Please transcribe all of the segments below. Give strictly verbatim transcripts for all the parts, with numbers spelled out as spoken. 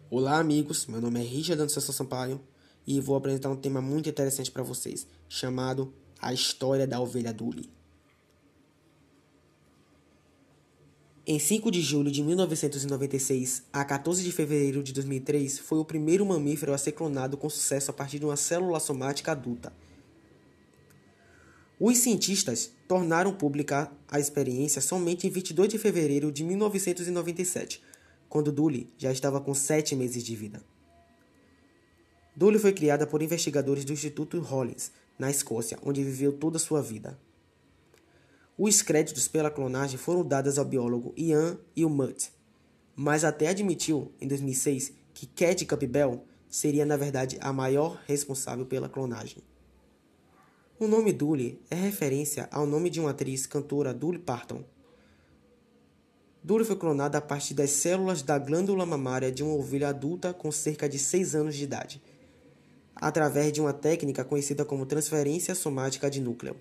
Olá, amigos. Meu nome é Richard Anderson Sampaio e vou apresentar um tema muito interessante para vocês, chamado A História da Ovelha Dolly. Em cinco de julho de mil novecentos e noventa e seis a quatorze de fevereiro de dois mil e três, foi o primeiro mamífero a ser clonado com sucesso a partir de uma célula somática adulta. Os cientistas tornaram pública a experiência somente em vinte e dois de fevereiro de mil novecentos e noventa e sete, quando Dolly já estava com sete meses de vida. Dolly foi criada por investigadores do Instituto Rollins, na Escócia, onde viveu toda a sua vida. Os créditos pela clonagem foram dados ao biólogo Ian Wilmut, mas até admitiu, em dois mil e seis, que Katie Campbell seria, na verdade, a maior responsável pela clonagem. O nome Dolly é referência ao nome de uma atriz cantora Dolly Parton. Dolly foi clonada a partir das células da glândula mamária de uma ovelha adulta com cerca de seis anos de idade, através de uma técnica conhecida como transferência somática de núcleo.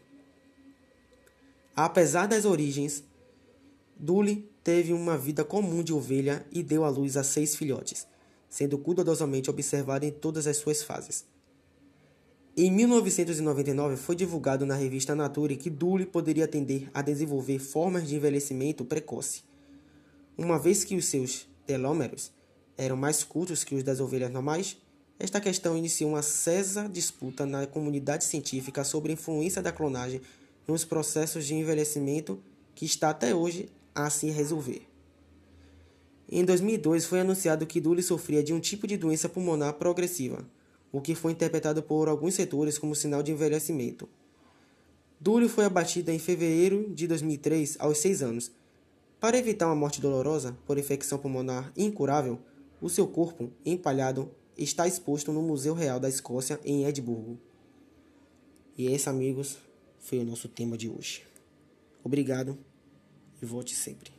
Apesar das origens, Dolly teve uma vida comum de ovelha e deu à luz a seis filhotes, sendo cuidadosamente observada em todas as suas fases. Em mil novecentos e noventa e nove, foi divulgado na revista Nature que Dolly poderia tender a desenvolver formas de envelhecimento precoce, uma vez que os seus telômeros eram mais curtos que os das ovelhas normais. Esta questão iniciou uma acesa disputa na comunidade científica sobre a influência da clonagem nos processos de envelhecimento, que está até hoje a se resolver. Em dois mil e dois, foi anunciado que Dolly sofria de um tipo de doença pulmonar progressiva, o que foi interpretado por alguns setores como sinal de envelhecimento. Dolly foi abatida em fevereiro de dois mil e três, aos seis anos. Para evitar uma morte dolorosa por infecção pulmonar incurável, o seu corpo, empalhado, está exposto no Museu Real da Escócia, em Edimburgo. E esse, amigos, foi o nosso tema de hoje. Obrigado e volte sempre.